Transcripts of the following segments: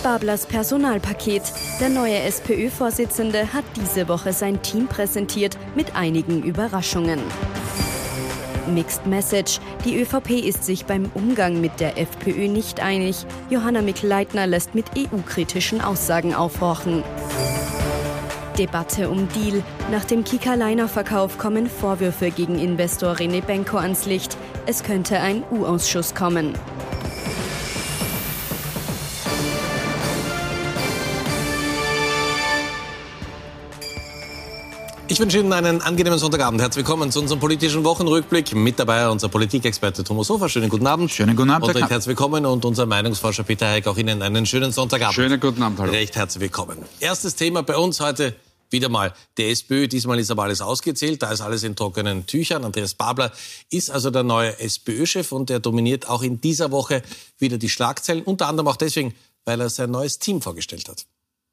Bablers Personalpaket. Der neue SPÖ-Vorsitzende hat diese Woche sein Team präsentiert mit einigen Überraschungen. Mixed Message. Die ÖVP ist sich beim Umgang mit der FPÖ nicht einig. Johanna Mikl-Leitner lässt mit EU-kritischen Aussagen aufhorchen. Debatte um Deal. Nach dem Kika-Liner-Verkauf kommen Vorwürfe gegen Investor René Benko ans Licht. Es könnte ein U-Ausschuss kommen. Ich wünsche Ihnen einen angenehmen Sonntagabend. Herzlich willkommen zu unserem politischen Wochenrückblick. Mit dabei unser Politikexperte Thomas Hofer. Schönen guten Abend. Schönen guten Abend. Und recht herzlich willkommen. Und unser Meinungsforscher Peter Heik. Auch Ihnen einen schönen Sonntagabend. Schönen guten Abend. Hallo. Recht herzlich willkommen. Erstes Thema bei uns heute wieder mal die SPÖ. Diesmal ist aber alles ausgezählt. Da ist alles in trockenen Tüchern. Andreas Babler ist also der neue SPÖ-Chef und er dominiert auch in dieser Woche wieder die Schlagzeilen. Unter anderem auch deswegen, weil er sein neues Team vorgestellt hat.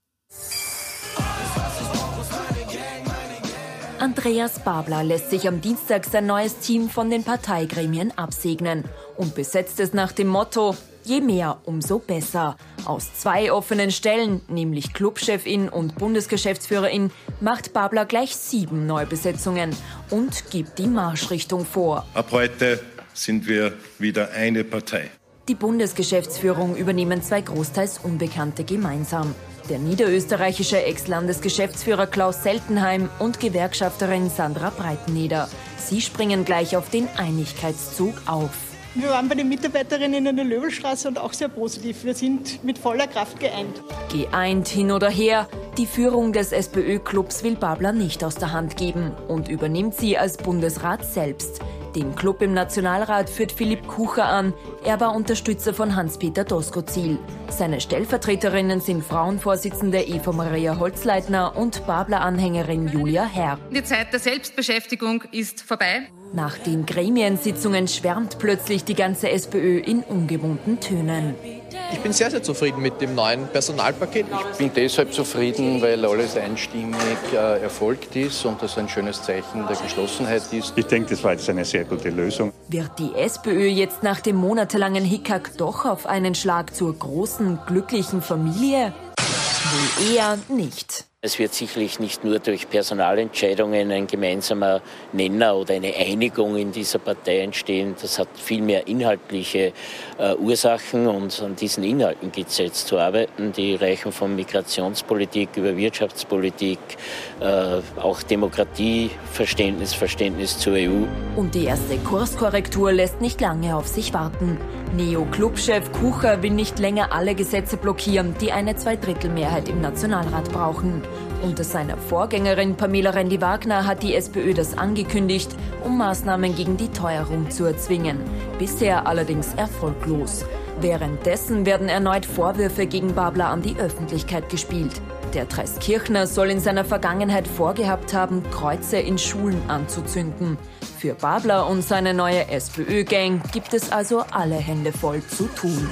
Andreas Babler lässt sich am Dienstag sein neues Team von den Parteigremien absegnen und besetzt es nach dem Motto: Je mehr, umso besser. Aus 2 offenen Stellen, nämlich Clubchefin und Bundesgeschäftsführerin, macht Babler gleich 7 Neubesetzungen und gibt die Marschrichtung vor. Ab heute sind wir wieder eine Partei. Die Bundesgeschäftsführung übernehmen 2 großteils Unbekannte gemeinsam. Der niederösterreichische Ex-Landesgeschäftsführer Klaus Seltenheim und Gewerkschafterin Sandra Breiteneder. Sie springen gleich auf den Einigkeitszug auf. Wir waren bei den Mitarbeiterinnen in der Löwelstraße und auch sehr positiv. Wir sind mit voller Kraft geeint. Geeint hin oder her, die Führung des SPÖ-Clubs will Babler nicht aus der Hand geben und übernimmt sie als Bundesrat selbst. Den Club im Nationalrat führt Philipp Kucher an. Er war Unterstützer von Hans-Peter Doskozil. Seine Stellvertreterinnen sind Frauenvorsitzende Eva Maria Holzleitner und Babler-Anhängerin Julia Herr. Die Zeit der Selbstbeschäftigung ist vorbei. Nach den Gremiensitzungen schwärmt plötzlich die ganze SPÖ in ungewohnten Tönen. Ich bin sehr, sehr zufrieden mit dem neuen Personalpaket. Ich bin deshalb zufrieden, weil alles einstimmig erfolgt ist und das ein schönes Zeichen der Geschlossenheit ist. Ich denke, das war jetzt eine sehr gute Lösung. Wird die SPÖ jetzt nach dem monatelangen Hickhack doch auf einen Schlag zur großen, glücklichen Familie? Wohl eher nicht. Es wird sicherlich nicht nur durch Personalentscheidungen ein gemeinsamer Nenner oder eine Einigung in dieser Partei entstehen. Das hat vielmehr inhaltliche Ursachen und an diesen Inhalten gilt es jetzt zu arbeiten. Die reichen von Migrationspolitik über Wirtschaftspolitik, auch Demokratieverständnis, Verständnis zur EU. Und die erste Kurskorrektur lässt nicht lange auf sich warten. Neo-Clubchef Kucher will nicht länger alle Gesetze blockieren, die eine Zweidrittelmehrheit im Nationalrat brauchen. Unter seiner Vorgängerin Pamela Rendi-Wagner hat die SPÖ das angekündigt, um Maßnahmen gegen die Teuerung zu erzwingen. Bisher allerdings erfolglos. Währenddessen werden erneut Vorwürfe gegen Babler an die Öffentlichkeit gespielt. Der Dreiskirchner soll in seiner Vergangenheit vorgehabt haben, Kreuze in Schulen anzuzünden. Für Babler und seine neue SPÖ-Gang gibt es also alle Hände voll zu tun.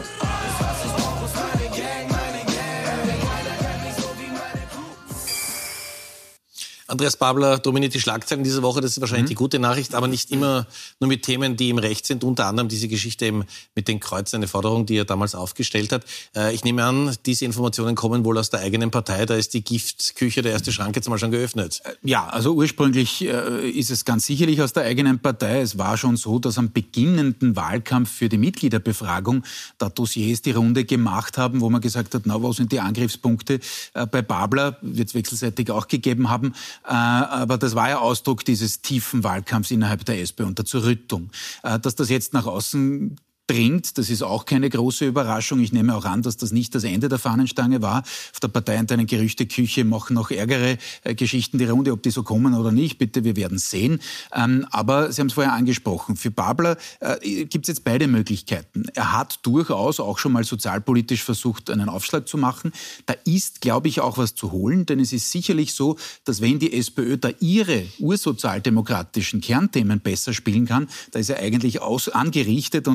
Andreas Babler dominiert die Schlagzeilen diese Woche. Das ist wahrscheinlich die gute Nachricht, aber nicht immer nur mit Themen, die ihm recht sind. Unter anderem diese Geschichte eben mit den Kreuzen, eine Forderung, die er damals aufgestellt hat. Ich nehme an, diese Informationen kommen wohl aus der eigenen Partei. Da ist die Giftküche, der erste Schrank, jetzt mal schon geöffnet. Ja, also ursprünglich ist es ganz sicherlich aus der eigenen Partei. Es war schon so, dass am beginnenden Wahlkampf für die Mitgliederbefragung da Dossiers die Runde gemacht haben, wo man gesagt hat, na, wo sind die Angriffspunkte bei Babler, wird es wechselseitig auch gegeben haben. Aber das war ja Ausdruck dieses tiefen Wahlkampfs innerhalb der SPÖ und der Zerrüttung. Dass das jetzt nach außen dringt, das ist auch keine große Überraschung. Ich nehme auch an, dass das nicht das Ende der Fahnenstange war. Auf der parteiinternen Gerüchteküche machen noch ärgere Geschichten die Runde, ob die so kommen oder nicht. Bitte, wir werden sehen. Aber Sie haben es vorher angesprochen. Für Babler gibt es jetzt beide Möglichkeiten. Er hat durchaus auch schon mal sozialpolitisch versucht, einen Aufschlag zu machen. Da ist, glaube ich, auch was zu holen, denn es ist sicherlich so, dass wenn die SPÖ da ihre ursozialdemokratischen Kernthemen besser spielen kann, da ist er eigentlich angerichtet und es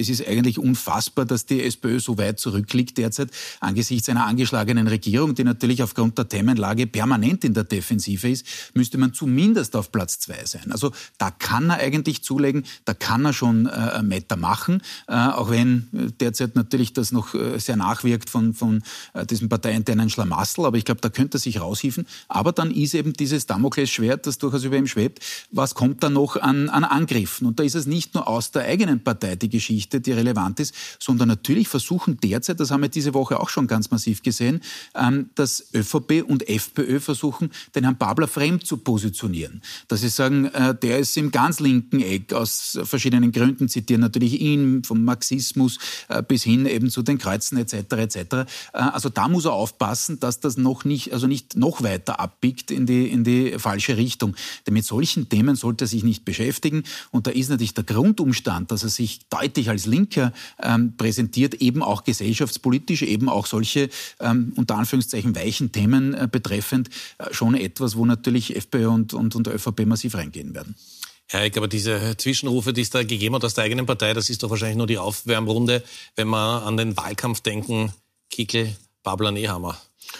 es ist eigentlich unfassbar, dass die SPÖ so weit zurückliegt derzeit angesichts einer angeschlagenen Regierung, die natürlich aufgrund der Themenlage permanent in der Defensive ist, müsste man zumindest auf Platz 2 sein. Also da kann er eigentlich zulegen, da kann er schon Meter machen, auch wenn derzeit natürlich das noch sehr nachwirkt von diesem parteiinternen Schlamassel, aber ich glaube, da könnte er sich raushieven. Aber dann ist eben dieses Damoklesschwert, das durchaus über ihm schwebt, was kommt da noch an Angriffen? Und da ist es nicht nur aus der eigenen Partei die Geschichte, die relevant ist, sondern natürlich versuchen derzeit, das haben wir diese Woche auch schon ganz massiv gesehen, dass ÖVP und FPÖ versuchen, den Herrn Babler fremd zu positionieren. Dass sie sagen, der ist im ganz linken Eck aus verschiedenen Gründen, zitieren natürlich ihn, vom Marxismus bis hin eben zu den Kreuzen etc. etc. Also da muss er aufpassen, dass das nicht noch weiter abbiegt in die falsche Richtung. Denn mit solchen Themen sollte er sich nicht beschäftigen. Und da ist natürlich der Grundumstand, dass er sich deutlich als Linker präsentiert, eben auch gesellschaftspolitisch, eben auch solche unter Anführungszeichen weichen Themen betreffend, schon etwas, wo natürlich FPÖ und ÖVP massiv reingehen werden. Ja, ich glaube, diese Zwischenrufe, die es da gegeben hat aus der eigenen Partei, das ist doch wahrscheinlich nur die Aufwärmrunde, wenn wir an den Wahlkampf denken, Kickl, Babler, Nehammer.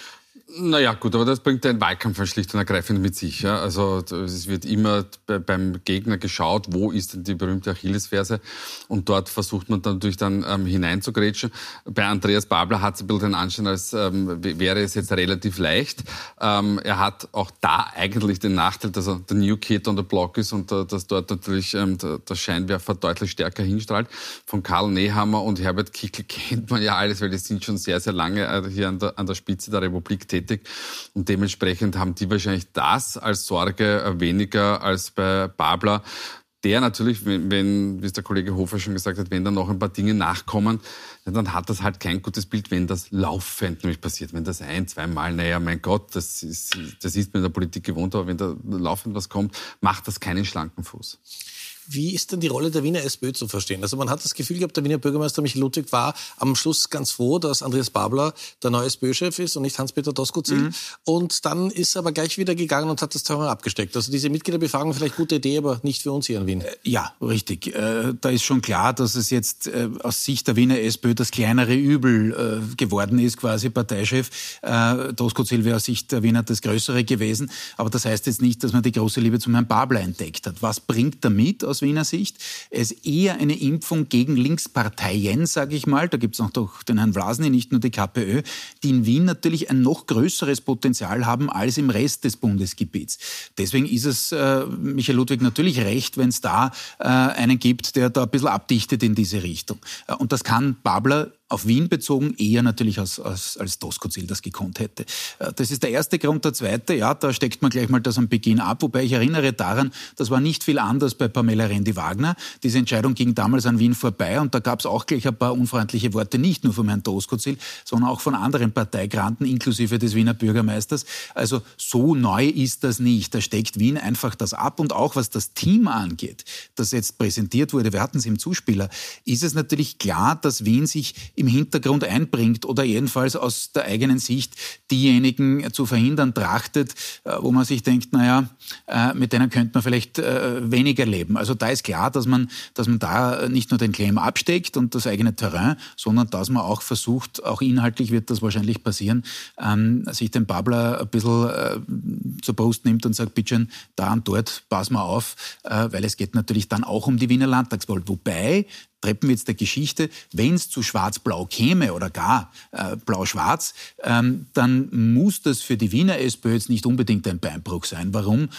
Naja, gut, aber das bringt den Wahlkampf schlicht und ergreifend mit sich. Ja? Also es wird immer beim Gegner geschaut, wo ist denn die berühmte Achillesferse, und dort versucht man dann natürlich hineinzugrätschen. Bei Andreas Babler hat es ein bisschen den Anschein, als wäre es jetzt relativ leicht. Er hat auch da eigentlich den Nachteil, dass er der New Kid on the Block ist und dass dort natürlich der Scheinwerfer deutlich stärker hinstrahlt. Von Karl Nehammer und Herbert Kickl kennt man ja alles, weil die sind schon sehr, sehr lange hier an der Spitze der Republik tätig. Und dementsprechend haben die wahrscheinlich das als Sorge weniger als bei Babler, der natürlich, wenn, wie es der Kollege Hofer schon gesagt hat, wenn dann noch ein paar Dinge nachkommen, dann hat das halt kein gutes Bild, wenn das laufend nämlich passiert. Wenn das ein-, zweimal, naja, mein Gott, das ist man in der Politik gewohnt, aber wenn da laufend was kommt, macht das keinen schlanken Fuß. Wie ist denn die Rolle der Wiener SPÖ zu verstehen? Also man hat das Gefühl gehabt, der Wiener Bürgermeister Michael Ludwig war am Schluss ganz froh, dass Andreas Babler der neue SPÖ-Chef ist und nicht Hans-Peter Doskozil. Und dann ist er aber gleich wieder gegangen und hat das Terrain abgesteckt. Also diese Mitgliederbefragung, vielleicht gute Idee, aber nicht für uns hier in Wien. Ja, richtig. Da ist schon klar, dass es jetzt aus Sicht der Wiener SPÖ das kleinere Übel geworden ist, quasi Parteichef. Doskozil wäre aus Sicht der Wiener das Größere gewesen. Aber das heißt jetzt nicht, dass man die große Liebe zum Herrn Babler entdeckt hat. Was bringt er mit aus Wiener Sicht? Es ist eher eine Impfung gegen Linksparteien, sage ich mal. Da gibt es auch doch den Herrn Vlasny, nicht nur die KPÖ, die in Wien natürlich ein noch größeres Potenzial haben als im Rest des Bundesgebiets. Deswegen ist es Michael Ludwig natürlich recht, wenn es da einen gibt, der da ein bisschen abdichtet in diese Richtung. Und das kann Babler auf Wien bezogen eher natürlich als Doskozil das gekonnt hätte. Das ist der erste Grund. Der zweite, ja, da steckt man gleich mal das am Beginn ab. Wobei ich erinnere daran, das war nicht viel anders bei Pamela Rendi-Wagner. Diese Entscheidung ging damals an Wien vorbei und da gab es auch gleich ein paar unfreundliche Worte, nicht nur vom Herrn Doskozil, sondern auch von anderen Parteigranten, inklusive des Wiener Bürgermeisters. Also so neu ist das nicht. Da steckt Wien einfach das ab. Und auch was das Team angeht, das jetzt präsentiert wurde, wir hatten es im Zuspieler, ist es natürlich klar, dass Wien sich im Hintergrund einbringt oder jedenfalls aus der eigenen Sicht diejenigen zu verhindern trachtet, wo man sich denkt, naja, mit denen könnte man vielleicht weniger leben. Also da ist klar, dass man da nicht nur den Claim absteckt und das eigene Terrain, sondern dass man auch versucht, auch inhaltlich wird das wahrscheinlich passieren, sich den Babler ein bisschen zur Brust nimmt und sagt, bitte schön, da und dort, pass mal auf, weil es geht natürlich dann auch um die Wiener Landtagswahl. Wobei, treppen wir jetzt der Geschichte, wenn es zu Schwarz-Blau käme oder gar Blau-Schwarz, dann muss das für die Wiener SPÖ jetzt nicht unbedingt ein Beinbruch sein. Warum?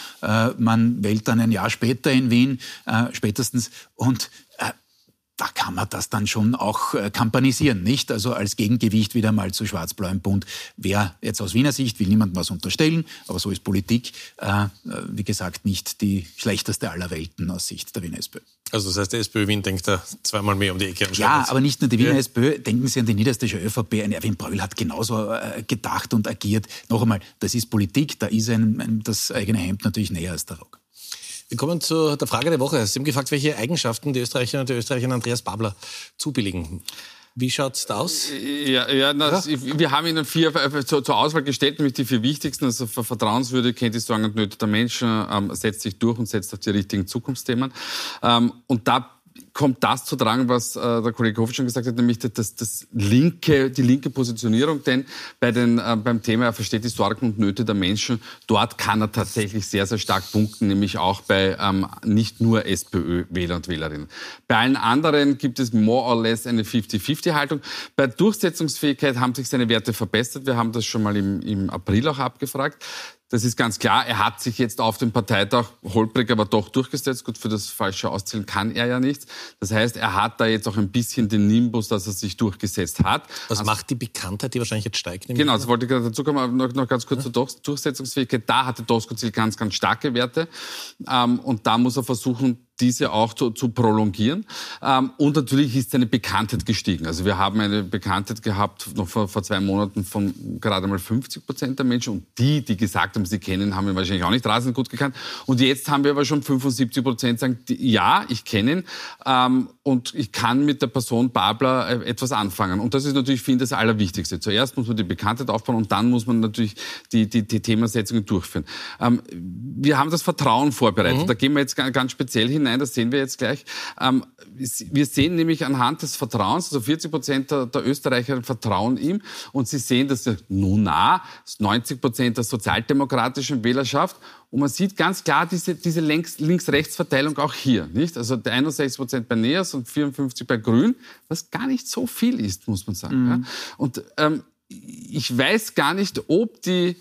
Man wählt dann ein Jahr später in Wien, spätestens, und da kann man das dann schon auch kampanisieren, nicht? Also als Gegengewicht wieder mal zu Schwarz-Blau im Bund. Wer jetzt aus Wiener Sicht, will niemandem was unterstellen, aber so ist Politik, wie gesagt, nicht die schlechteste aller Welten aus Sicht der Wiener SPÖ. Also das heißt, der SPÖ Wien denkt da zweimal mehr um die Ecke. Ja, aber nicht nur die Wiener SPÖ, denken Sie an die niederösterreichische ÖVP. Ein Erwin Bröll hat genauso gedacht und agiert. Noch einmal, das ist Politik, da ist das eigene Hemd natürlich näher als der Rock. Wir kommen zu der Frage der Woche. Sie haben gefragt, welche Eigenschaften die Österreicherinnen und die Österreicher Andreas Babler zubilligen. Wie schaut es da aus? Wir haben Ihnen 4 zur Auswahl gestellt, nämlich die 4 wichtigsten. Also vertrauenswürdig, kennt die Sorgen und Nöte der Menschen, setzt sich durch und setzt auf die richtigen Zukunftsthemen. Und da kommt das zu tragen, was der Kollege Hofer schon gesagt hat, nämlich die linke Positionierung. Denn beim Thema, er versteht die Sorgen und Nöte der Menschen, dort kann er tatsächlich sehr, sehr stark punkten, nämlich auch bei nicht nur SPÖ-Wähler und Wählerinnen. Bei allen anderen gibt es more or less eine 50-50-Haltung. Bei Durchsetzungsfähigkeit haben sich seine Werte verbessert. Wir haben das schon mal im April auch abgefragt. Das ist ganz klar. Er hat sich jetzt auf dem Parteitag holprig, aber doch durchgesetzt. Gut, für das falsche Auszählen kann er ja nichts. Das heißt, er hat da jetzt auch ein bisschen den Nimbus, dass er sich durchgesetzt hat. Was macht die Bekanntheit, die wahrscheinlich jetzt steigt? Genau, das wollte ich gerade dazu kommen. Noch ganz kurz zur Durchsetzungsfähigkeit. Da hatte Doskozil ganz, ganz starke Werte. Und da muss er versuchen, diese auch zu prolongieren. Und natürlich ist seine Bekanntheit gestiegen. Also wir haben eine Bekanntheit gehabt, noch vor 2 Monaten, von gerade mal 50% der Menschen. Und die gesagt haben, sie kennen, haben ihn wahrscheinlich auch nicht rasend gut gekannt. Und jetzt haben wir aber schon 75% sagen, ja, ich kenne ihn. Und ich kann mit der Person Babler etwas anfangen. Und das ist natürlich, finde ich, das Allerwichtigste. Zuerst muss man die Bekanntheit aufbauen und dann muss man natürlich die Themensetzungen durchführen. Wir haben das Vertrauen vorbereitet. Da gehen wir jetzt ganz speziell hinein. Das sehen wir jetzt gleich. Wir sehen nämlich anhand des Vertrauens, also 40% der Österreicher vertrauen ihm. Und Sie sehen, dass 90% der sozialdemokratischen Wählerschaft. Und man sieht ganz klar diese Links-Rechts-Verteilung auch hier, nicht? Also 61% bei NEOS und 54% bei Grün, was gar nicht so viel ist, muss man sagen. Ja? Und ich weiß gar nicht, ob die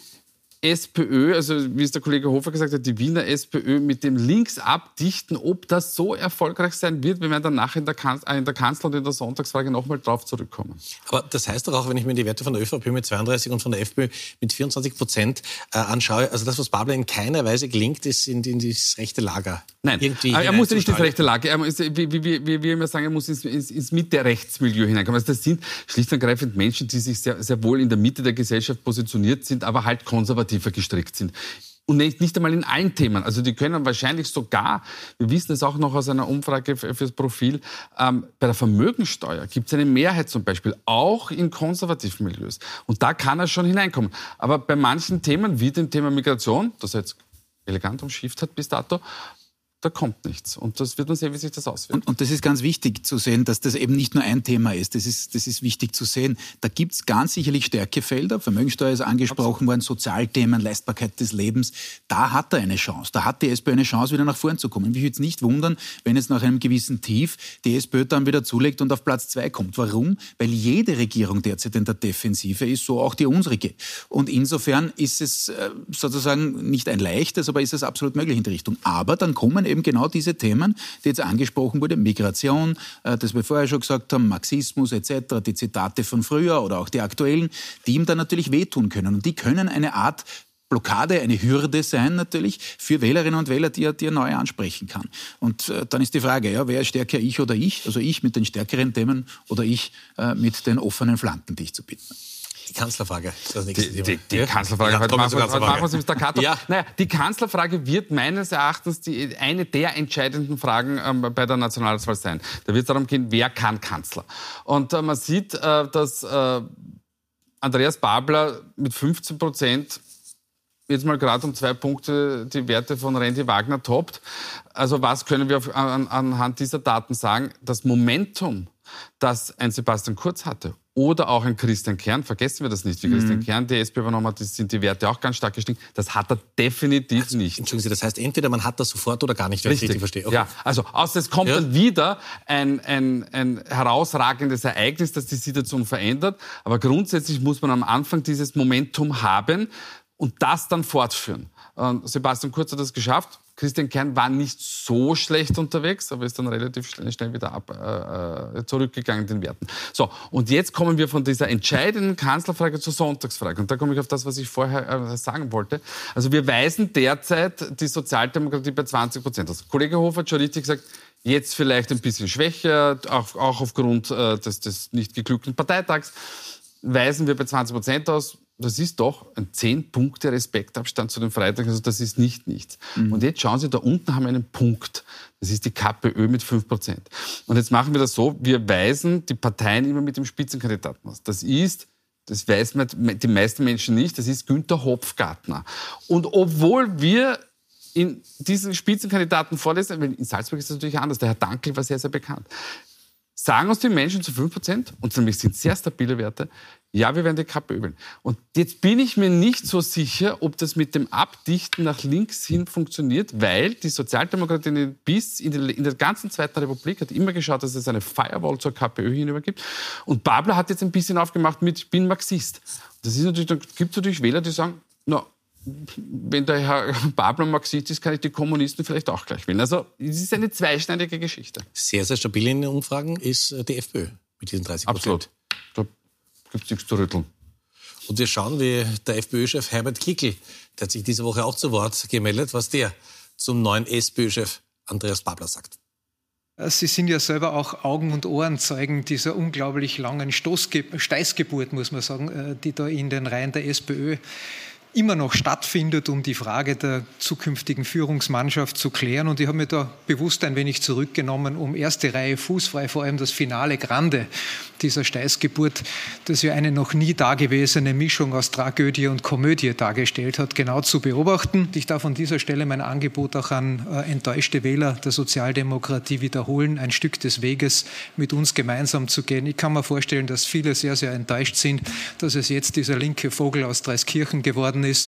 SPÖ, also wie es der Kollege Hofer gesagt hat, die Wiener SPÖ mit dem Links abdichten, ob das so erfolgreich sein wird, wir werden danach in der Kanzler- und in der Sonntagsfrage nochmal drauf zurückkommen. Aber das heißt doch auch, wenn ich mir die Werte von der ÖVP mit 32 und von der FPÖ mit 24% anschaue, also das, was Babler in keiner Weise gelingt, ist in das rechte Lager. Nein, er muss ja nicht ins rechte Lager, er muss, wie wir immer sagen, er muss ins Mitte-Rechtsmilieu hineinkommen. Also das sind schlicht und ergreifend Menschen, die sich sehr, sehr wohl in der Mitte der Gesellschaft positioniert sind, aber halt konservativ gestrickt sind. Und nicht einmal in allen Themen. Also die können wahrscheinlich sogar, wir wissen es auch noch aus einer Umfrage fürs Profil, bei der Vermögensteuer gibt es eine Mehrheit zum Beispiel, auch in konservativen Milieus. Und da kann er schon hineinkommen. Aber bei manchen Themen, wie dem Thema Migration, das er jetzt elegant umschifft hat bis dato, da kommt nichts. Und das wird man sehen, wie sich das auswirkt. Und das ist ganz wichtig zu sehen, dass das eben nicht nur ein Thema ist. Das ist wichtig zu sehen. Da gibt es ganz sicherlich Stärkefelder. Vermögensteuer ist angesprochen worden, Sozialthemen, Leistbarkeit des Lebens. Da hat er eine Chance. Da hat die SPÖ eine Chance, wieder nach vorn zu kommen. Mich würde es nicht wundern, wenn jetzt nach einem gewissen Tief die SPÖ dann wieder zulegt und auf Platz 2 kommt. Warum? Weil jede Regierung derzeit in der Defensive ist, so auch die unsrige. Und insofern ist es sozusagen nicht ein leichtes, aber ist es absolut möglich in die Richtung. Aber dann kommen eben genau diese Themen, die jetzt angesprochen wurden, Migration, das wir vorher schon gesagt haben, Marxismus etc., die Zitate von früher oder auch die aktuellen, die ihm dann natürlich wehtun können. Und die können eine Art Blockade, eine Hürde sein natürlich für Wählerinnen und Wähler, die er neu ansprechen kann. Und dann ist die Frage, ja, wer ist stärker, ich oder ich? Also ich mit den stärkeren Themen oder ich mit den offenen Flanken, die ich zu bieten. Die Kanzlerfrage ist das nächste Thema. Die Kanzlerfrage, heute machen wir es im Staccato. Ja. Naja, die Kanzlerfrage wird meines Erachtens eine der entscheidenden Fragen bei der Nationalratswahl sein. Da wird es darum gehen, wer kann Kanzler? Und man sieht, dass Andreas Babler mit 15% jetzt mal gerade um 2 Punkte die Werte von Randy Wagner toppt. Also was können wir anhand dieser Daten sagen? Das Momentum, das ein Sebastian Kurz hatte oder auch ein Christian Kern, vergessen wir das nicht, wie Christian Kern die SP übernommen hat, sind die Werte auch ganz stark gestiegen. Das hat er definitiv nicht. Entschuldigen Sie, das heißt, entweder man hat das sofort oder gar nicht, wenn ich richtig verstehe. Okay. Ja, also außer es kommt dann wieder ein herausragendes Ereignis, das die Situation verändert. Aber grundsätzlich muss man am Anfang dieses Momentum haben und das dann fortführen. Sebastian Kurz hat das geschafft. Christian Kern war nicht so schlecht unterwegs, aber ist dann relativ schnell wieder zurückgegangen in den Werten. So, und jetzt kommen wir von dieser entscheidenden Kanzlerfrage zur Sonntagsfrage. Und da komme ich auf das, was ich vorher sagen wollte. Also wir weisen derzeit die Sozialdemokratie bei 20% aus. Kollege Hofer hat schon richtig gesagt, jetzt vielleicht ein bisschen schwächer, auch aufgrund des nicht geglückten Parteitags, weisen wir bei 20% aus. Das ist doch ein 10-Punkte-Respektabstand zu den Freitagen. Also das ist nicht nichts. Und jetzt schauen Sie, da unten haben wir einen Punkt. Das ist die KPÖ mit 5%. Und jetzt machen wir das so, wir weisen die Parteien immer mit dem Spitzenkandidaten aus. Das weiß die meisten Menschen nicht, das ist Günther Hopfgartner. Und obwohl wir in diesen Spitzenkandidaten vorlesen, weil in Salzburg ist das natürlich anders. Der Herr Dankl war sehr, sehr bekannt. Sagen uns die Menschen zu 5%, und nämlich sind sehr stabile Werte, ja, wir werden die KPÖ wählen. Und jetzt bin ich mir nicht so sicher, ob das mit dem Abdichten nach links hin funktioniert, weil die Sozialdemokratie bis in der ganzen Zweiten Republik hat immer geschaut, dass es eine Firewall zur KPÖ hinüber gibt. Und Babler hat jetzt ein bisschen aufgemacht mit, ich bin Marxist. Das ist natürlich, dann gibt es natürlich Wähler, die sagen, na, wenn der Herr Babler Marxist ist, kann ich die Kommunisten vielleicht auch gleich wählen. Also es ist eine zweischneidige Geschichte. Sehr, sehr stabil in den Umfragen ist die FPÖ mit diesen 30%. Absolut. Da gibt es nichts zu rütteln. Und wir schauen, wie der FPÖ-Chef Herbert Kickl, der hat sich diese Woche auch zu Wort gemeldet, was der zum neuen SPÖ-Chef Andreas Babler sagt. Sie sind ja selber auch Augen- und Ohrenzeugen dieser unglaublich langen Steißgeburt, muss man sagen, die da in den Reihen der SPÖ immer noch stattfindet, um die Frage der zukünftigen Führungsmannschaft zu klären. Und ich habe mich da bewusst ein wenig zurückgenommen, um erste Reihe fußfrei, vor allem das Finale Grande dieser Steißgeburt, das ja eine noch nie dagewesene Mischung aus Tragödie und Komödie dargestellt hat, genau zu beobachten. Ich darf an dieser Stelle mein Angebot auch an enttäuschte Wähler der Sozialdemokratie wiederholen, ein Stück des Weges mit uns gemeinsam zu gehen. Ich kann mir vorstellen, dass viele sehr, sehr enttäuscht sind, dass es jetzt dieser linke Vogel aus Dreiskirchen geworden ist.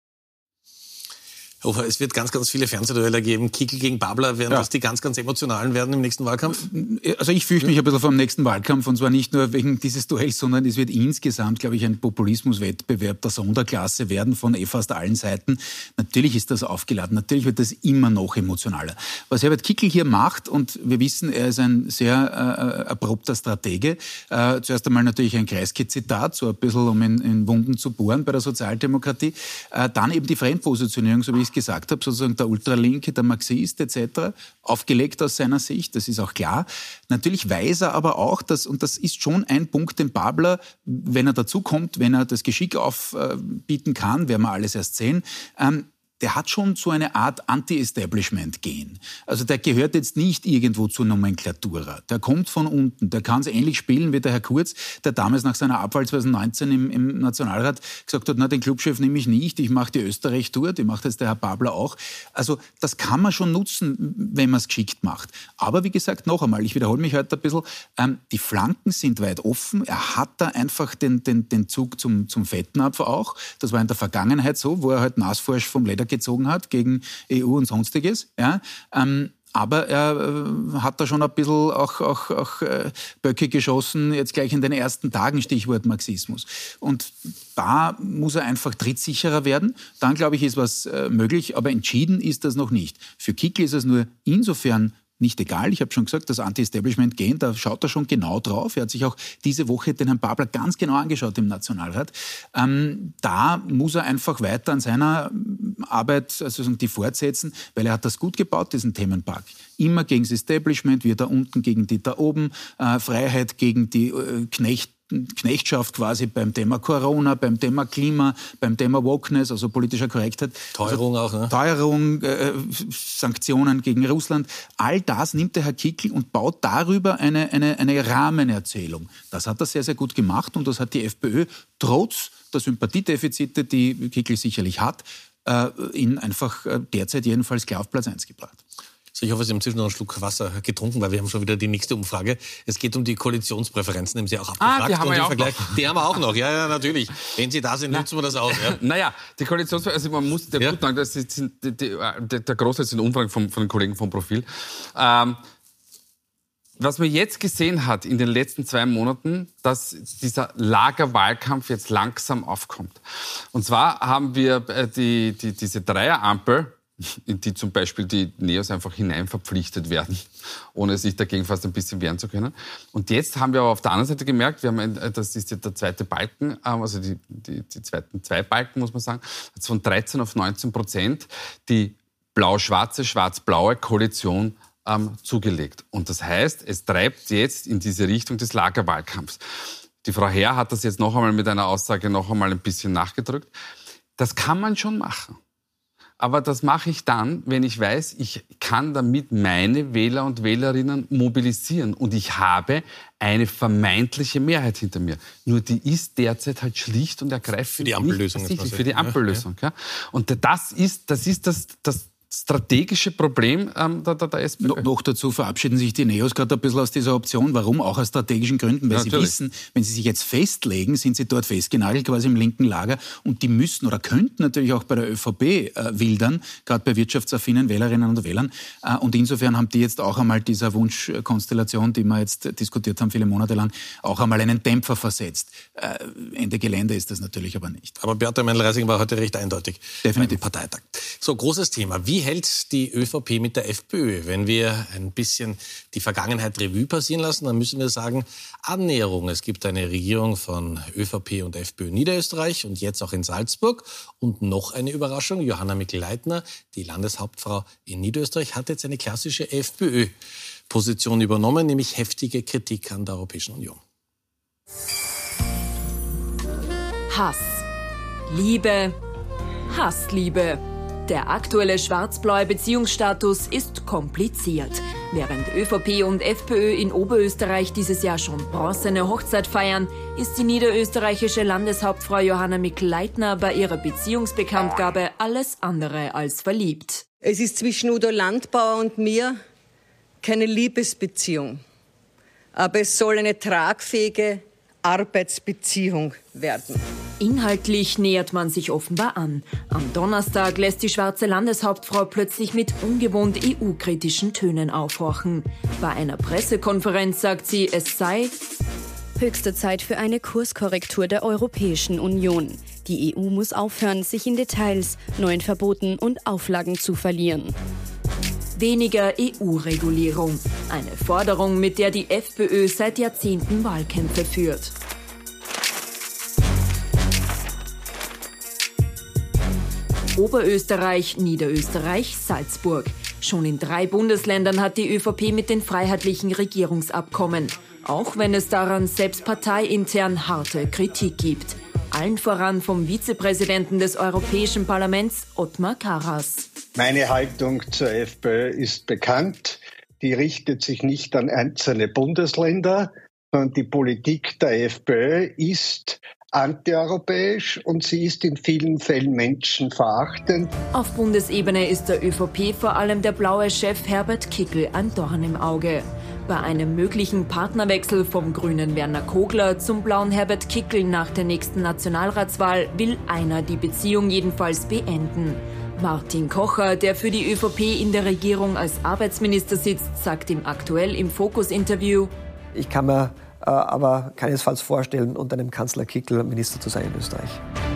Hofer, es wird ganz, ganz viele Fernsehduelle geben. Kickl gegen Babler, werden das die ganz, ganz emotionalen werden im nächsten Wahlkampf? Also ich fürchte mich ein bisschen vom nächsten Wahlkampf, und zwar nicht nur wegen dieses Duells, sondern es wird insgesamt, glaube ich, ein Populismuswettbewerb der Sonderklasse werden von fast allen Seiten. Natürlich ist das aufgeladen, natürlich wird das immer noch emotionaler. Was Herbert Kickl hier macht, und wir wissen, er ist ein sehr erprobter Stratege, zuerst einmal natürlich ein Kreisky-Zitat, so ein bisschen um in Wunden zu bohren bei der Sozialdemokratie, dann eben die Fremdpositionierung, so wie ich gesagt habe, sozusagen der Ultralinke, der Marxist etc., aufgelegt aus seiner Sicht, das ist auch klar. Natürlich weiß er aber auch, dass, und das ist schon ein Punkt, den Babler, wenn er dazu kommt, wenn er das Geschick aufbieten kann, werden wir alles erst sehen, der hat schon so eine Art Anti-Establishment-Gen. Also der gehört jetzt nicht irgendwo zur Nomenklatura. Der kommt von unten. Der kann es ähnlich spielen wie der Herr Kurz, der damals nach seiner Abwahl 2019 im Nationalrat gesagt hat, na, den Clubchef nehme ich nicht, ich mache die Österreich-Tour, die macht jetzt der Herr Babler auch. Also das kann man schon nutzen, wenn man es geschickt macht. Aber wie gesagt, noch einmal, ich wiederhole mich heute ein bisschen, die Flanken sind weit offen. Er hat da einfach den Zug zum Fettnapf auch. Das war in der Vergangenheit so, wo er halt Nasforsch vom Leder gezogen hat gegen EU und Sonstiges. Ja. Aber er hat da schon ein bisschen auch Böcke geschossen, jetzt gleich in den ersten Tagen, Stichwort Marxismus. Und da muss er einfach trittsicherer werden. Dann, glaube ich, ist was möglich, aber entschieden ist das noch nicht. Für Kickl ist es nur insofern nicht egal. Ich habe schon gesagt, das Anti-Establishment-Gehen, da schaut er schon genau drauf. Er hat sich auch diese Woche den Herrn Babler ganz genau angeschaut im Nationalrat. Da muss er einfach weiter an seiner Arbeit, also die fortsetzen, weil er hat das gut gebaut, diesen Themenpark. Immer gegen das Establishment, wir da unten gegen die da oben, Freiheit gegen die Knechtschaft quasi beim Thema Corona, beim Thema Klima, beim Thema Wokeness, also politischer Korrektheit. Teuerung auch, ne? Teuerung, Sanktionen gegen Russland. All das nimmt der Herr Kickl und baut darüber eine Rahmenerzählung. Das hat er sehr, sehr gut gemacht, und das hat die FPÖ trotz der Sympathiedefizite, die Kickl sicherlich hat, ihn einfach derzeit jedenfalls klar auf Platz 1 gebracht. So, ich hoffe, Sie haben zwischendurch noch einen Schluck Wasser getrunken, weil wir haben schon wieder die nächste Umfrage. Es geht um die Koalitionspräferenzen, haben Sie auch abgefragt. Die haben wir auch noch. Die haben wir auch noch, ja, natürlich. Wenn Sie da sind, nutzen wir das aus. Ja. Naja, die Koalitionspräferenzen, also man muss der gut sagen, das sind der Großteil sind Umfragen von den Kollegen vom Profil. Was man jetzt gesehen hat in den letzten 2 Monaten, dass dieser Lagerwahlkampf jetzt langsam aufkommt. Und zwar haben wir diese Dreierampel, in die zum Beispiel die Neos einfach hineinverpflichtet werden, ohne sich dagegen fast ein bisschen wehren zu können. Und jetzt haben wir aber auf der anderen Seite gemerkt, das ist der zweite Balken, also die zweiten 2 Balken, muss man sagen, hat von 13 auf 19% die blau-schwarze, schwarz-blaue Koalition zugelegt. Und das heißt, es treibt jetzt in diese Richtung des Lagerwahlkampfs. Die Frau Herr hat das jetzt noch einmal mit einer Aussage noch einmal ein bisschen nachgedrückt. Das kann man schon machen. Aber das mache ich dann, wenn ich weiß, ich kann damit meine Wähler und Wählerinnen mobilisieren. Und ich habe eine vermeintliche Mehrheit hinter mir. Nur die ist derzeit halt schlicht und ergreifend für die Ampellösung. Für die Ampellösung. Ja. Und das ist strategische Problem der SPÖ. Noch dazu verabschieden sich die Neos gerade ein bisschen aus dieser Option. Warum? Auch aus strategischen Gründen, weil sie wissen, wenn sie sich jetzt festlegen, sind sie dort festgenagelt, quasi im linken Lager, und die müssen oder könnten natürlich auch bei der ÖVP wildern, gerade bei wirtschaftsaffinen Wählerinnen und Wählern. Und insofern haben die jetzt auch einmal dieser Wunschkonstellation, die wir jetzt diskutiert haben, viele Monate lang, auch einmal einen Dämpfer versetzt. Ende Gelände ist das natürlich aber nicht. Aber Beate Meindl-Reising war heute recht eindeutig. Definitiv. Beim Parteitag. So, großes Thema. Wie hält die ÖVP mit der FPÖ? Wenn wir ein bisschen die Vergangenheit Revue passieren lassen, dann müssen wir sagen, Annäherung. Es gibt eine Regierung von ÖVP und FPÖ in Niederösterreich und jetzt auch in Salzburg. Und noch eine Überraschung, Johanna Mikl-Leitner, die Landeshauptfrau in Niederösterreich, hat jetzt eine klassische FPÖ-Position übernommen, nämlich heftige Kritik an der Europäischen Union. Hass. Liebe. Hassliebe. Der aktuelle schwarz-blaue Beziehungsstatus ist kompliziert. Während ÖVP und FPÖ in Oberösterreich dieses Jahr schon bronzene Hochzeit feiern, ist die niederösterreichische Landeshauptfrau Johanna Mikl-Leitner bei ihrer Beziehungsbekanntgabe alles andere als verliebt. Es ist zwischen Udo Landbauer und mir keine Liebesbeziehung, aber es soll eine tragfähige Arbeitsbeziehung werden. Inhaltlich nähert man sich offenbar an. Am Donnerstag lässt die schwarze Landeshauptfrau plötzlich mit ungewohnt EU-kritischen Tönen aufhorchen. Bei einer Pressekonferenz sagt sie, es sei höchste Zeit für eine Kurskorrektur der Europäischen Union. Die EU muss aufhören, sich in Details, neuen Verboten und Auflagen zu verlieren. Weniger EU-Regulierung. Eine Forderung, mit der die FPÖ seit Jahrzehnten Wahlkämpfe führt. Oberösterreich, Niederösterreich, Salzburg. Schon in 3 Bundesländern hat die ÖVP mit den freiheitlichen Regierungsabkommen. Auch wenn es daran selbst parteiintern harte Kritik gibt. Allen voran vom Vizepräsidenten des Europäischen Parlaments, Ottmar Karas. Meine Haltung zur FPÖ ist bekannt. Die richtet sich nicht an einzelne Bundesländer, sondern die Politik der FPÖ ist antieuropäisch und sie ist in vielen Fällen menschenverachtend. Auf Bundesebene ist der ÖVP vor allem der blaue Chef Herbert Kickl ein Dorn im Auge. Bei einem möglichen Partnerwechsel vom grünen Werner Kogler zum blauen Herbert Kickl nach der nächsten Nationalratswahl will einer die Beziehung jedenfalls beenden. Martin Kocher, der für die ÖVP in der Regierung als Arbeitsminister sitzt, sagt im Aktuell im Fokus-Interview: Ich kann mir aber keinesfalls vorstellen, unter einem Kanzler Kickl Minister zu sein in Österreich.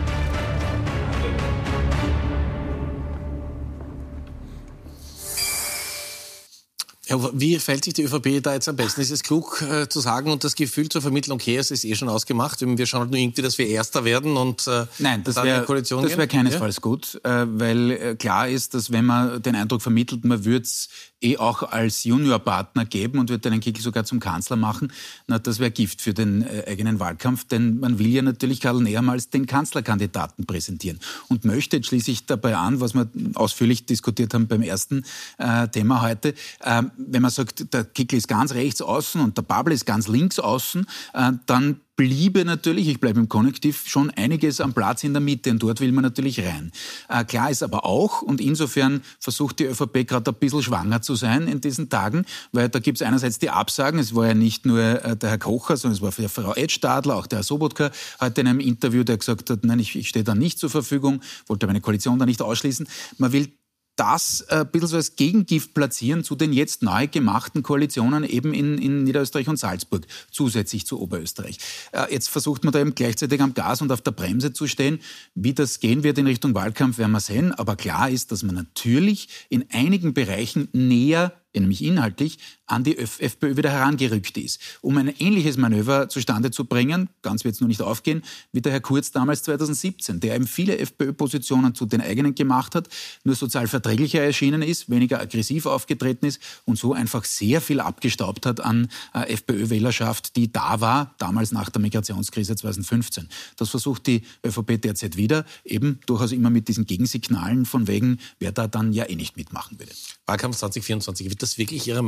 Ja, wie fällt sich die ÖVP da jetzt am besten? Ist es klug zu sagen und das Gefühl zur Vermittlung, okay, es ist schon ausgemacht, wir schauen halt nur irgendwie, dass wir Erster werden und Nein, das Koalition wäre keinesfalls gut, weil klar ist, dass wenn man den Eindruck vermittelt, man würde es auch als Juniorpartner geben und wird einen Kickl sogar zum Kanzler machen, na, das wäre Gift für den eigenen Wahlkampf, denn man will ja natürlich Karl Nehammer als den Kanzlerkandidaten präsentieren und möchte, jetzt schließe ich dabei an, was wir ausführlich diskutiert haben beim ersten Thema heute, wenn man sagt, der Kickl ist ganz rechts außen und der Babel ist ganz links außen, dann bliebe natürlich, ich bleibe im Konjunktiv, schon einiges am Platz in der Mitte und dort will man natürlich rein. Klar ist aber auch, und insofern versucht die ÖVP gerade ein bisschen schwanger zu sein in diesen Tagen, weil da gibt es einerseits die Absagen, es war ja nicht nur der Herr Kocher, sondern es war für Frau Edstadler, auch der Herr Sobotka, heute in einem Interview, der gesagt hat, nein, ich stehe da nicht zur Verfügung, wollte meine Koalition da nicht ausschließen. Man will das ein bisschen so als Gegengift platzieren zu den jetzt neu gemachten Koalitionen eben in Niederösterreich und Salzburg, zusätzlich zu Oberösterreich. Jetzt versucht man da eben gleichzeitig am Gas und auf der Bremse zu stehen. Wie das gehen wird in Richtung Wahlkampf, werden wir sehen. Aber klar ist, dass man natürlich in einigen Bereichen näher, nämlich inhaltlich, an die FPÖ wieder herangerückt ist. Um ein ähnliches Manöver zustande zu bringen, ganz wird es nur nicht aufgehen, wie der Herr Kurz damals 2017, der eben viele FPÖ-Positionen zu den eigenen gemacht hat, nur sozial verträglicher erschienen ist, weniger aggressiv aufgetreten ist und so einfach sehr viel abgestaubt hat an FPÖ-Wählerschaft, die da war, damals nach der Migrationskrise 2015. Das versucht die ÖVP derzeit wieder, eben durchaus immer mit diesen Gegensignalen von wegen, wer da dann ja eh nicht mitmachen würde. Wahlkampf 2024, wird das wirklich Ihrer Meinung nach über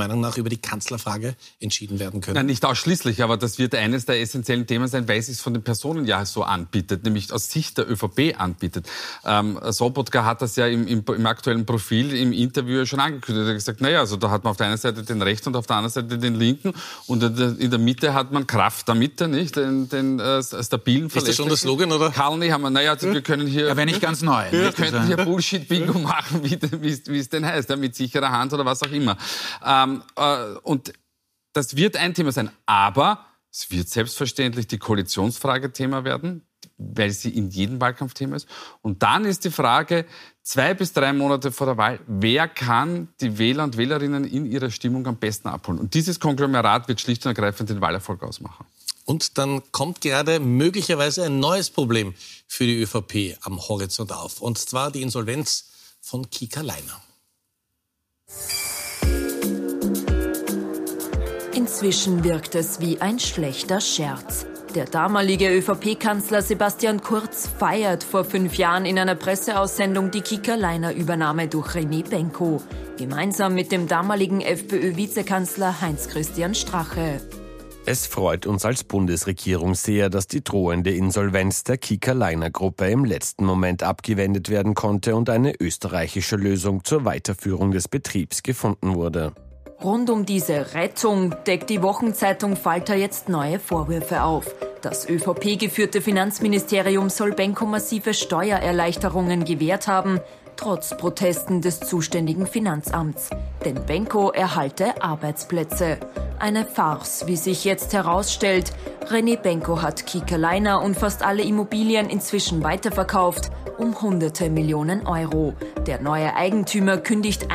über die Kanzlerfrage entschieden werden können? Nein, nicht ausschließlich, aber das wird eines der essentiellen Themen sein, weil es sich von den Personen ja so anbietet, nämlich aus Sicht der ÖVP anbietet. Sobotka hat das ja im aktuellen Profil, im Interview schon angekündigt. Er hat gesagt, naja, also da hat man auf der einen Seite den Rechten und auf der anderen Seite den Linken und in der Mitte hat man Kraft der Mitte, nicht? Den stabilen, Ist das schon der Slogan, oder? Karl, haben wir, naja, wir können hier... Ja, wäre nicht ganz neu. Wir könnten hier Bullshit-Bingo machen, wie es denn heißt, ja, mit sicherer Hand oder was auch immer. Und das wird ein Thema sein. Aber es wird selbstverständlich die Koalitionsfrage Thema werden, weil sie in jedem Wahlkampf Thema ist. Und dann ist die Frage, 2 bis 3 Monate vor der Wahl, wer kann die Wähler und Wählerinnen in ihrer Stimmung am besten abholen? Und dieses Konglomerat wird schlicht und ergreifend den Wahlerfolg ausmachen. Und dann kommt gerade möglicherweise ein neues Problem für die ÖVP am Horizont auf. Und zwar die Insolvenz von Kika Leiner. Inzwischen wirkt es wie ein schlechter Scherz. Der damalige ÖVP-Kanzler Sebastian Kurz feiert vor 5 Jahren in einer Presseaussendung die Kika Leiner-Übernahme durch René Benko, gemeinsam mit dem damaligen FPÖ-Vizekanzler Heinz-Christian Strache. Es freut uns als Bundesregierung sehr, dass die drohende Insolvenz der Kika Leiner Gruppe im letzten Moment abgewendet werden konnte und eine österreichische Lösung zur Weiterführung des Betriebs gefunden wurde. Rund um diese Rettung deckt die Wochenzeitung Falter jetzt neue Vorwürfe auf. Das ÖVP-geführte Finanzministerium soll Benko massive Steuererleichterungen gewährt haben, trotz Protesten des zuständigen Finanzamts. Denn Benko erhalte Arbeitsplätze. Eine Farce, wie sich jetzt herausstellt. René Benko hat Kika Leiner und fast alle Immobilien inzwischen weiterverkauft, um hunderte Millionen Euro. Der neue Eigentümer kündigt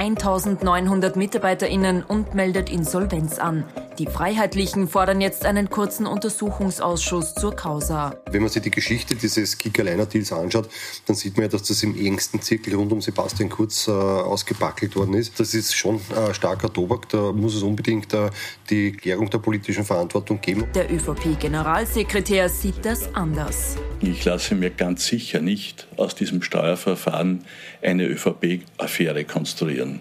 1.900 MitarbeiterInnen und meldet Insolvenz an. Die Freiheitlichen fordern jetzt einen kurzen Untersuchungsausschuss zur Causa. Wenn man sich die Geschichte dieses Kika Leiner Deals anschaut, dann sieht man ja, dass das im engsten Zirkel rund um Sebastian Kurz ausgebackelt worden ist. Das ist schon starker Tobak, da muss es unbedingt die Klärung der politischen Verantwortung geben. Der ÖVP-Generalsekretär sieht das anders. Ich lasse mir ganz sicher nicht aus diesem Steuerverfahren eine ÖVP-Affäre konstruieren.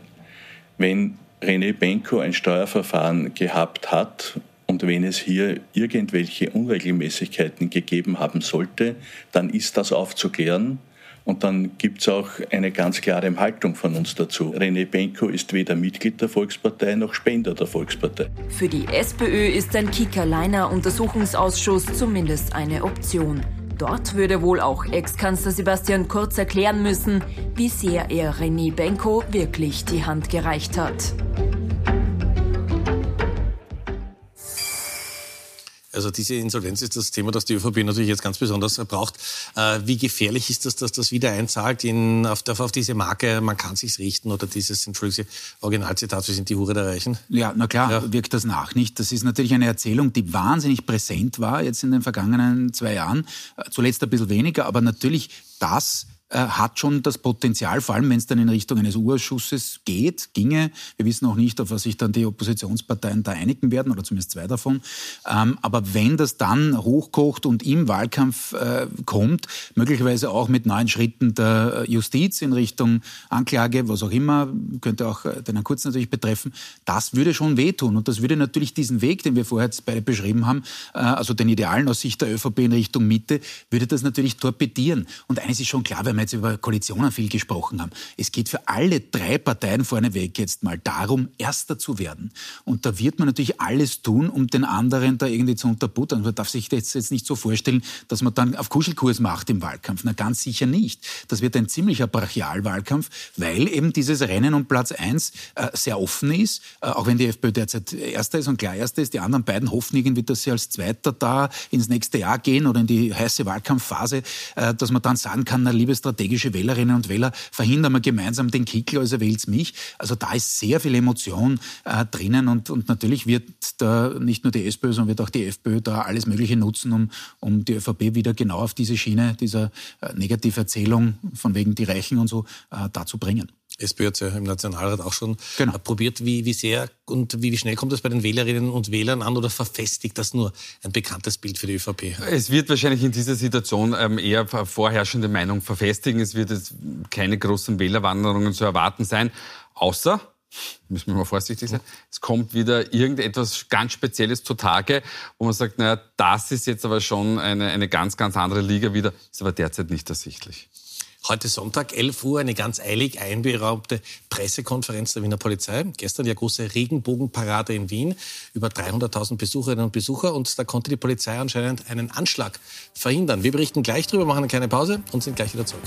Wenn René Benko ein Steuerverfahren gehabt hat und wenn es hier irgendwelche Unregelmäßigkeiten gegeben haben sollte, dann ist das aufzuklären. Und dann gibt es auch eine ganz klare Haltung von uns dazu. René Benko ist weder Mitglied der Volkspartei noch Spender der Volkspartei. Für die SPÖ ist ein Kika Leiner Untersuchungsausschuss zumindest eine Option. Dort würde wohl auch Ex-Kanzler Sebastian Kurz erklären müssen, wie sehr er René Benko wirklich die Hand gereicht hat. Also diese Insolvenz ist das Thema, das die ÖVP natürlich jetzt ganz besonders braucht. Wie gefährlich ist das, dass das wieder einzahlt auf diese Marke, man kann sich's richten, oder dieses, entschuldige, Originalzitat, wir sind die Hure der Reichen? Ja, na klar, wirkt das nach nicht. Das ist natürlich eine Erzählung, die wahnsinnig präsent war jetzt in den vergangenen 2 Jahren. Zuletzt ein bisschen weniger, aber natürlich das hat schon das Potenzial, vor allem wenn es dann in Richtung eines U-Ausschusses ginge. Wir wissen auch nicht, auf was sich dann die Oppositionsparteien da einigen werden, oder zumindest 2 davon. Aber wenn das dann hochkocht und im Wahlkampf kommt, möglicherweise auch mit neuen Schritten der Justiz in Richtung Anklage, was auch immer, könnte auch den Herrn Kurz natürlich betreffen, das würde schon wehtun. Und das würde natürlich diesen Weg, den wir vorher jetzt beide beschrieben haben, also den Idealen aus Sicht der ÖVP in Richtung Mitte, würde das natürlich torpedieren. Und eines ist schon klar, wenn wir jetzt über Koalitionen viel gesprochen haben. Es geht für alle 3 Parteien vorneweg jetzt mal darum, Erster zu werden. Und da wird man natürlich alles tun, um den anderen da irgendwie zu unterbuttern. Man darf sich das jetzt nicht so vorstellen, dass man dann auf Kuschelkurs macht im Wahlkampf. Na, ganz sicher nicht. Das wird ein ziemlicher Brachialwahlkampf, weil eben dieses Rennen um Platz 1 sehr offen ist. Auch wenn die FPÖ derzeit Erster ist und klar Erster ist. Die anderen beiden hoffen irgendwie, dass sie als Zweiter da ins nächste Jahr gehen oder in die heiße Wahlkampfphase, dass man dann sagen kann, na, liebe strategische Wählerinnen und Wähler, verhindern wir gemeinsam den Kickel, also wählt's mich. Also da ist sehr viel Emotion drinnen und natürlich wird da nicht nur die SPÖ, sondern wird auch die FPÖ da alles Mögliche nutzen, um die ÖVP wieder genau auf diese Schiene dieser Negativerzählung von wegen die Reichen und so da zu bringen. SPÖ hat ja im Nationalrat auch schon probiert, wie sehr und wie schnell kommt das bei den Wählerinnen und Wählern an, oder verfestigt das nur ein bekanntes Bild für die ÖVP? Es wird wahrscheinlich in dieser Situation eher vorherrschende Meinung verfestigen. Es wird jetzt keine großen Wählerwanderungen zu erwarten sein, außer müssen wir mal vorsichtig sein, es kommt wieder irgendetwas ganz Spezielles zutage, wo man sagt, naja, das ist jetzt aber schon eine ganz, ganz andere Liga wieder, ist aber derzeit nicht ersichtlich. Heute Sonntag, 11 Uhr, eine ganz eilig einberaumte Pressekonferenz der Wiener Polizei. Gestern die große Regenbogenparade in Wien, über 300.000 Besucherinnen und Besucher. Und da konnte die Polizei anscheinend einen Anschlag verhindern. Wir berichten gleich drüber, machen eine kleine Pause und sind gleich wieder zurück.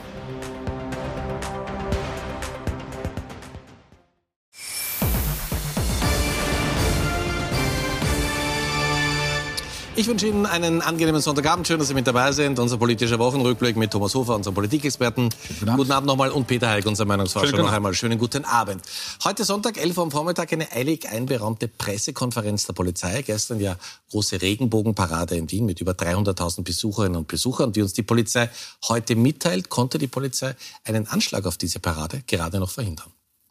Ich wünsche Ihnen einen angenehmen Sonntagabend. Schön, dass Sie mit dabei sind. Unser politischer Wochenrückblick mit Thomas Hofer, unserem Politikexperten. Guten Abend nochmal. Und Peter Heik, unser Meinungsforscher, noch einmal. Schönen guten Abend. Heute Sonntag, 11 Uhr am Vormittag, eine eilig einberaumte Pressekonferenz der Polizei. Gestern ja große Regenbogenparade in Wien mit über 300.000 Besucherinnen und Besuchern. Und wie uns die Polizei heute mitteilt, konnte die Polizei einen Anschlag auf diese Parade gerade noch verhindern.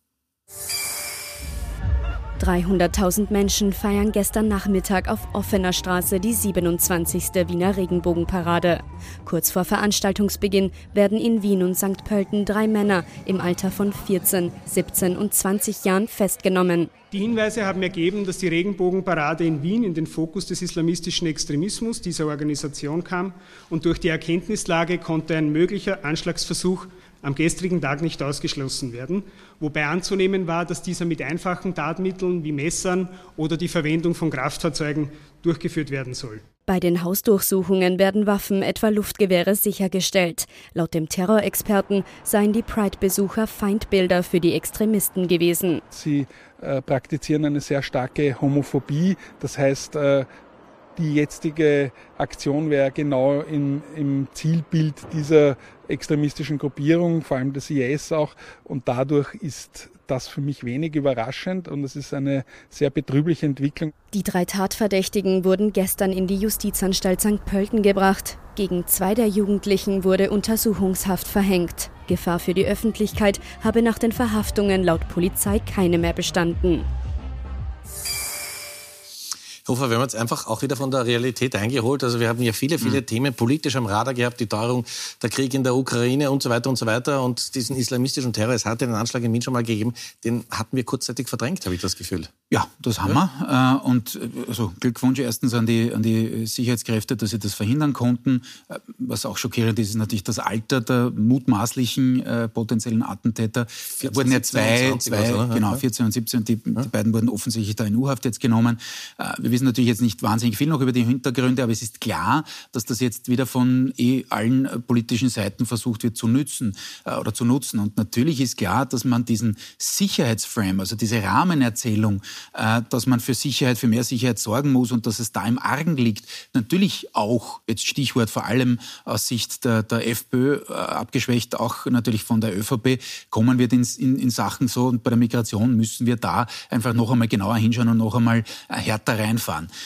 300.000 Menschen feiern gestern Nachmittag auf offener Straße die 27. Wiener Regenbogenparade. Kurz vor Veranstaltungsbeginn werden in Wien und St. Pölten 3 Männer im Alter von 14, 17 und 20 Jahren festgenommen. Die Hinweise haben ergeben, dass die Regenbogenparade in Wien in den Fokus des islamistischen Extremismus dieser Organisation kam und durch die Erkenntnislage konnte ein möglicher Anschlagsversuch am gestrigen Tag nicht ausgeschlossen werden, wobei anzunehmen war, dass dieser mit einfachen Tatmitteln wie Messern oder die Verwendung von Kraftfahrzeugen durchgeführt werden soll. Bei den Hausdurchsuchungen werden Waffen, etwa Luftgewehre, sichergestellt. Laut dem Terrorexperten seien die Pride-Besucher Feindbilder für die Extremisten gewesen. Sie praktizieren eine sehr starke Homophobie, das heißt, die jetzige Aktion wäre genau im Zielbild dieser extremistischen Gruppierung, vor allem des IS auch. Und dadurch ist das für mich wenig überraschend und es ist eine sehr betrübliche Entwicklung. Die 3 Tatverdächtigen wurden gestern in die Justizanstalt St. Pölten gebracht. Gegen 2 der Jugendlichen wurde Untersuchungshaft verhängt. Gefahr für die Öffentlichkeit habe nach den Verhaftungen laut Polizei keine mehr bestanden. Hofer, wir haben jetzt einfach auch wieder von der Realität eingeholt. Also wir haben ja viele Themen politisch am Radar gehabt, die Teuerung, der Krieg in der Ukraine und so weiter und so weiter. Und diesen islamistischen Terror, es hatte einen Anschlag in Wien schon mal gegeben, den hatten wir kurzzeitig verdrängt, habe ich das Gefühl. Ja, das haben wir. Und also Glückwunsch erstens an die Sicherheitskräfte, dass sie das verhindern konnten. Was auch schockierend ist, ist natürlich das Alter der mutmaßlichen potenziellen Attentäter. Da wurden ja zwei, 14 und 17, die beiden wurden offensichtlich da in U-Haft jetzt genommen. Wir wissen natürlich jetzt nicht wahnsinnig viel noch über die Hintergründe, aber es ist klar, dass das jetzt wieder von allen politischen Seiten versucht wird zu nutzen. Und natürlich ist klar, dass man diesen Sicherheitsframe, also diese Rahmenerzählung, dass man für mehr Sicherheit sorgen muss und dass es da im Argen liegt, natürlich auch, jetzt Stichwort vor allem aus Sicht der FPÖ, abgeschwächt auch natürlich von der ÖVP, kommen wird in Sachen so, und bei der Migration müssen wir da einfach noch einmal genauer hinschauen und noch einmal härter reinfahren.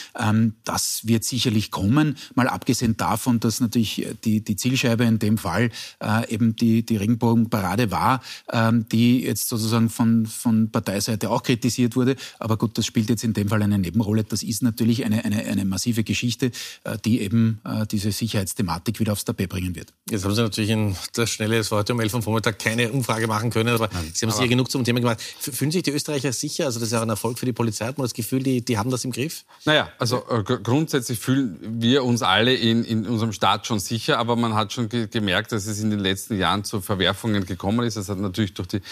Das wird sicherlich kommen, mal abgesehen davon, dass natürlich die Zielscheibe in dem Fall eben die Regenbogenparade war, die jetzt sozusagen von Parteiseite auch kritisiert wurde. Aber gut, das spielt jetzt in dem Fall eine Nebenrolle. Das ist natürlich eine massive Geschichte, die eben diese Sicherheitsthematik wieder aufs Tapet bringen wird. Jetzt haben Sie natürlich in das Schnelle, es war heute um 11 Uhr am Vormittag, keine Umfrage machen können, aber Sie haben sicher genug zum Thema gemacht. Fühlen sich die Österreicher sicher? Also das ist ja auch ein Erfolg für die Polizei. Hat man das Gefühl, die haben das im Griff? Naja, also grundsätzlich fühlen wir uns alle in unserem Staat schon sicher, aber man hat schon gemerkt, dass es in den letzten Jahren zu Verwerfungen gekommen ist. Das hat natürlich durch die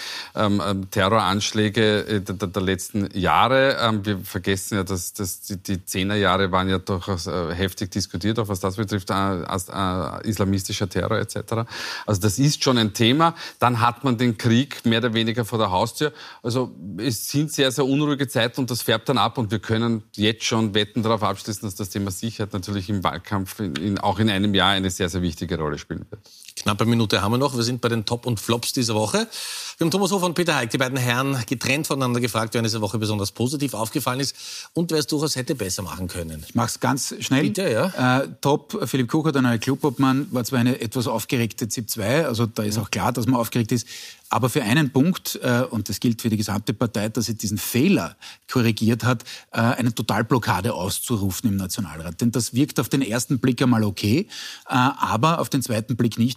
Terroranschläge der letzten Jahre. Wir vergessen ja, dass die 10er Jahre waren ja durchaus heftig diskutiert, auch was das betrifft, islamistischer Terror etc. Also das ist schon ein Thema. Dann hat man den Krieg mehr oder weniger vor der Haustür. Also es sind sehr, sehr unruhige Zeiten und das färbt dann ab und wir können jetzt schon Wetten darauf abschließen, dass das Thema Sicherheit natürlich im Wahlkampf auch in einem Jahr eine sehr, sehr wichtige Rolle spielen wird. Knappe Minute haben wir noch. Wir sind bei den Top und Flops dieser Woche. Wir haben Thomas Hofer und Peter Heik, die beiden Herren, getrennt voneinander gefragt, wer in dieser Woche besonders positiv aufgefallen ist und wer es durchaus hätte besser machen können. Ich mache es ganz schnell. Bitte, ja. Top, Philipp Kucher, der neue Clubobmann, war zwar eine etwas aufgeregte ZIP 2, also da ist auch klar, dass man aufgeregt ist, aber für einen Punkt, und das gilt für die gesamte Partei, dass sie diesen Fehler korrigiert hat, eine Totalblockade auszurufen im Nationalrat. Denn das wirkt auf den ersten Blick einmal okay, aber auf den zweiten Blick nicht mehr.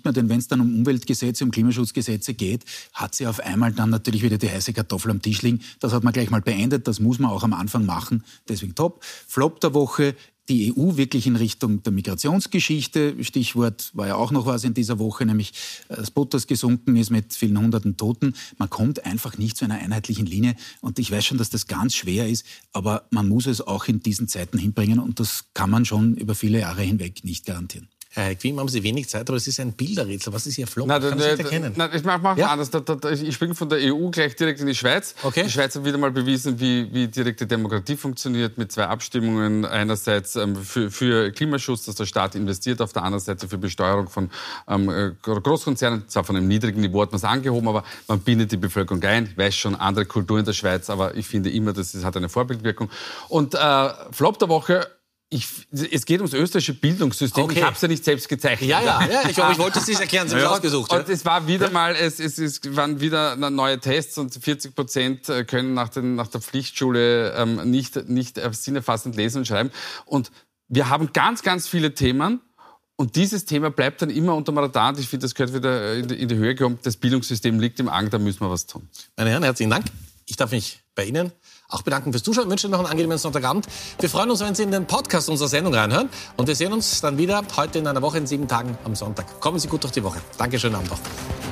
mehr, denn wenn es dann um Umweltgesetze, um Klimaschutzgesetze geht, hat sie auf einmal dann natürlich wieder die heiße Kartoffel am Tisch liegen. Das hat man gleich mal beendet, das muss man auch am Anfang machen, deswegen top. Flop der Woche, die EU wirklich in Richtung der Migrationsgeschichte. Stichwort war ja auch noch was in dieser Woche, nämlich das Boot, das gesunken ist mit vielen hunderten Toten. Man kommt einfach nicht zu einer einheitlichen Linie. Und ich weiß schon, dass das ganz schwer ist, aber man muss es auch in diesen Zeiten hinbringen. Und das kann man schon über viele Jahre hinweg nicht garantieren. Herr Quim, haben Sie wenig Zeit, aber es ist ein Bilderrätsel. Was ist Ihr Flop? Kann ich nicht erkennen. Ich mache anders. Ich springe von der EU gleich direkt in die Schweiz. Okay. Die Schweiz hat wieder mal bewiesen, wie direkte Demokratie funktioniert, mit 2 Abstimmungen. Einerseits für Klimaschutz, dass der Staat investiert, auf der anderen Seite für Besteuerung von Großkonzernen. Zwar von einem niedrigen Niveau hat man es angehoben, aber man bindet die Bevölkerung ein. Ich weiß schon, andere Kultur in der Schweiz, aber ich finde immer, das hat eine Vorbildwirkung. Und Flop der Woche, es geht ums österreichische Bildungssystem. Okay. Ich habe es ja nicht selbst gezeichnet. Ja. Ich wollte es nicht erklären. Sie haben es ausgesucht. Und es war wieder mal, es waren wieder neue Tests und 40% können nach der Pflichtschule nicht sinnerfassend lesen und schreiben. Und wir haben ganz, ganz viele Themen. Und dieses Thema bleibt dann immer unter dem Radar. Und ich finde, das gehört wieder in die Höhe gekommen. Das Bildungssystem liegt im Argen, da müssen wir was tun. Meine Herren, herzlichen Dank. Ich darf mich bei Ihnen auch bedanken fürs Zuschauen. Ich wünsche Ihnen noch einen angenehmen Sonntagabend. Wir freuen uns, wenn Sie in den Podcast unserer Sendung reinhören. Und wir sehen uns dann wieder heute in einer Woche in 7 Tagen am Sonntag. Kommen Sie gut durch die Woche. Danke, schönen Abend noch.